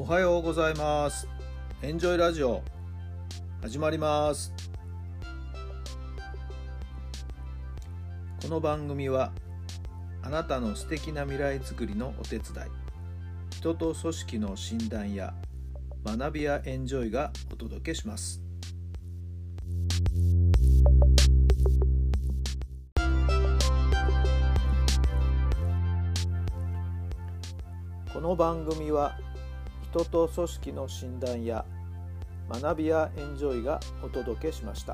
おはようございます。エンジョイラジオ始まります。この番組はあなたの素敵な未来づくりのお手伝い、人と組織の診断や学びやエンジョイがお届けします。この番組は人と組織の診断や学びやエンジョイがお届けしました。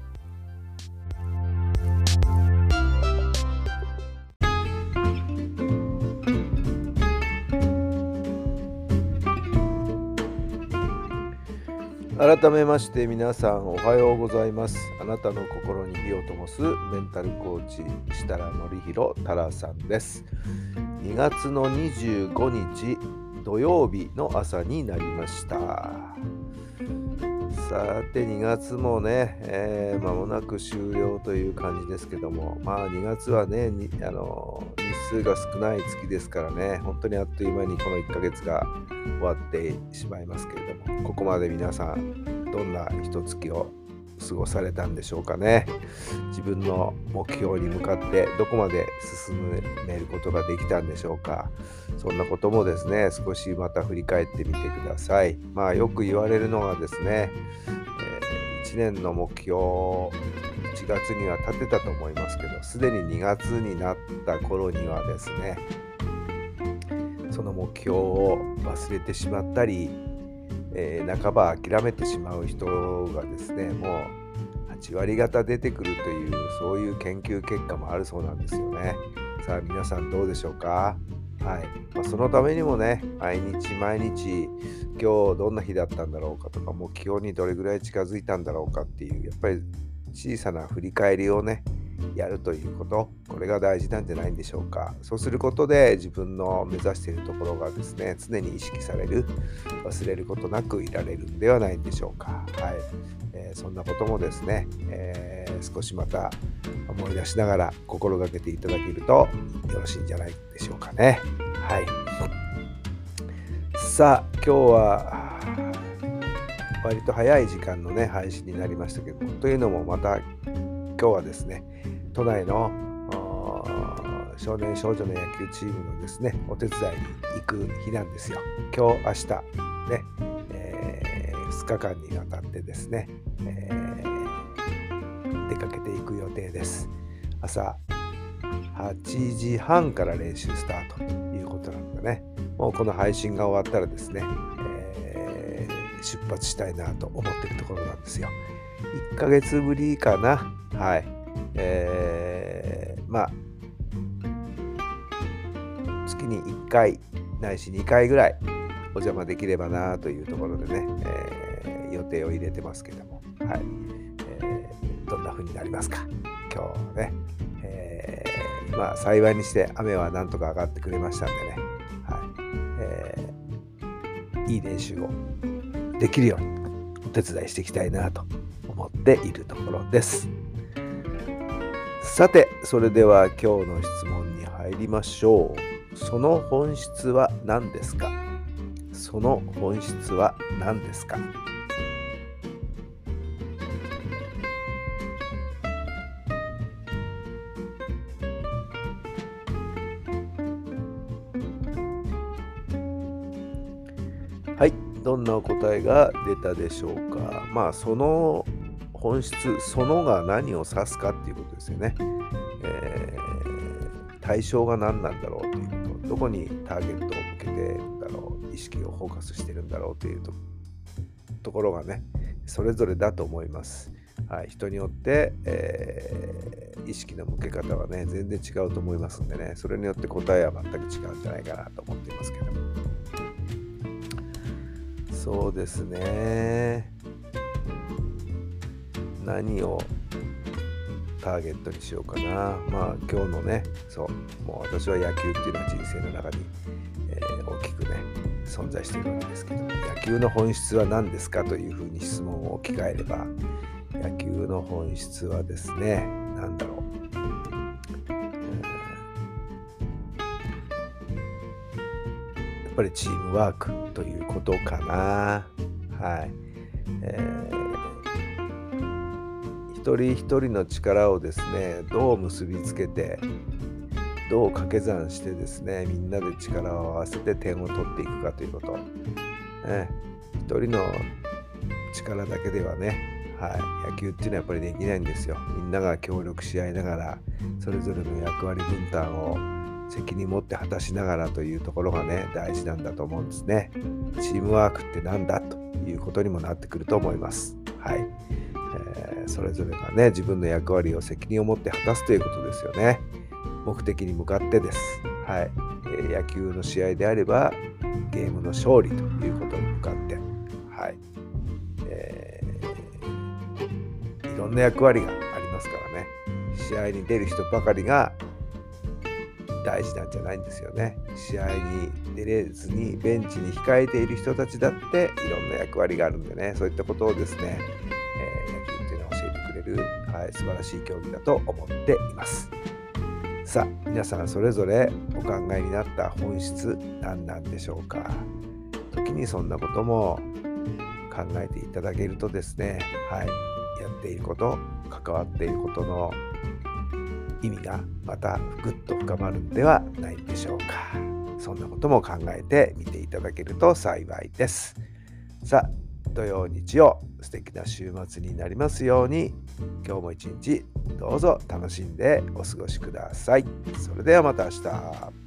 改めまして皆さんおはようございます。あなたの心に火を灯すメンタルコーチ設楽範弘太良さんです。2月の25日土曜日の朝になりました。さて2月もね、間もなく終了という感じですけども、2月はね日数が少ない月ですからね、本当にあっという間にこの1ヶ月が終わってしまいますけれども、ここまで皆さんどんな一月を過ごされたんでしょうかね。自分の目標に向かってどこまで進めることができたんでしょうか。そんなこともですね、少しまた振り返ってみてください。よく言われるのがですね、1年の目標1月には立てたと思いますけど、すでに2月になった頃にはですね、その目標を忘れてしまったり、半ば諦めてしまう人がですね、もう8割方出てくるという、そういう研究結果もあるそうなんですよね。さあ皆さんどうでしょうか。そのためにもね、毎日今日どんな日だったんだろうかとか、目標にどれぐらい近づいたんだろうかっていう、やっぱり小さな振り返りをねやるということ、これが大事なんじゃないんでしょうか。そうすることで自分の目指しているところがですね、常に意識される、忘れることなくいられるんではないんでしょうか。そんなこともですね、少しまた思い出しながら心がけていただけるとよろしいんじゃないでしょうかね。さあ今日は割と早い時間のね配信になりましたけども、というのもまた今日はですね、都内の少年少女の野球チームのですねお手伝いに行く日なんですよ。今日明日ね、2日間にわたってですね、出かけていく予定です。朝8時半から練習スタートということなのでね、もうこの配信が終わったらですね、出発したいなと思っているところなんですよ。1ヶ月ぶりかな。月に1回ないし2回ぐらいお邪魔できればなというところでね、予定を入れてますけども、どんな風になりますか。今日ね、幸いにして雨はなんとか上がってくれましたんでね、いい練習をできるようにお手伝いしていきたいなと思っているところです。さてそれでは今日の質問に入りましょう。その本質は何ですか。その本質は何ですか。どんなお答えが出たでしょうか。その本質、そのが何を指すかっていうことですよね。対象が何なんだろうということ、どこにターゲットを向けてるんだろう、意識をフォーカスしてるんだろうというところがね、それぞれだと思います。人によって、意識の向け方はね全然違うと思いますんでね、それによって答えは全く違うんじゃないかなと思っていますけども。そうですね、何をターゲットにしようかな。今日のね、もう私は野球っていうのは人生の中に、大きくね存在しているわけですけど、野球の本質は何ですかというふうに質問を置き換えれば、野球の本質はですね、何だろう、 ぱりチームワークということかな。はい。一人一人の力をですね、どう結びつけて、どう掛け算してですね、みんなで力を合わせて点を取っていくかということ。一人の力だけではね、野球っていうのはやっぱりできないんですよ。みんなが協力し合いながら、それぞれの役割分担を責任持って果たしながらというところがね、大事なんだと思うんですね。チームワークってなんだということにもなってくると思います。それぞれがね、自分の役割を責任を持って果たすということですよね。目的に向かってです。野球の試合であればゲームの勝利ということに向かって、いろんな役割がありますからね。試合に出る人ばかりが大事なんじゃないんですよね。試合に出れずにベンチに控えている人たちだっていろんな役割があるんでね、そういったことをですね、野球っていうのは教えてくれる、素晴らしい競技だと思っています。さあ、皆さんそれぞれお考えになった本質何なんでしょうか。時にそんなことも考えていただけるとですね、やっていること、関わっていることの意味がまたぐっと深まるんではないでしょうか。そんなことも考えてみていただけると幸いです。さあ、土曜日曜素敵な週末になりますように、今日も一日どうぞ楽しんでお過ごしください。それではまた明日。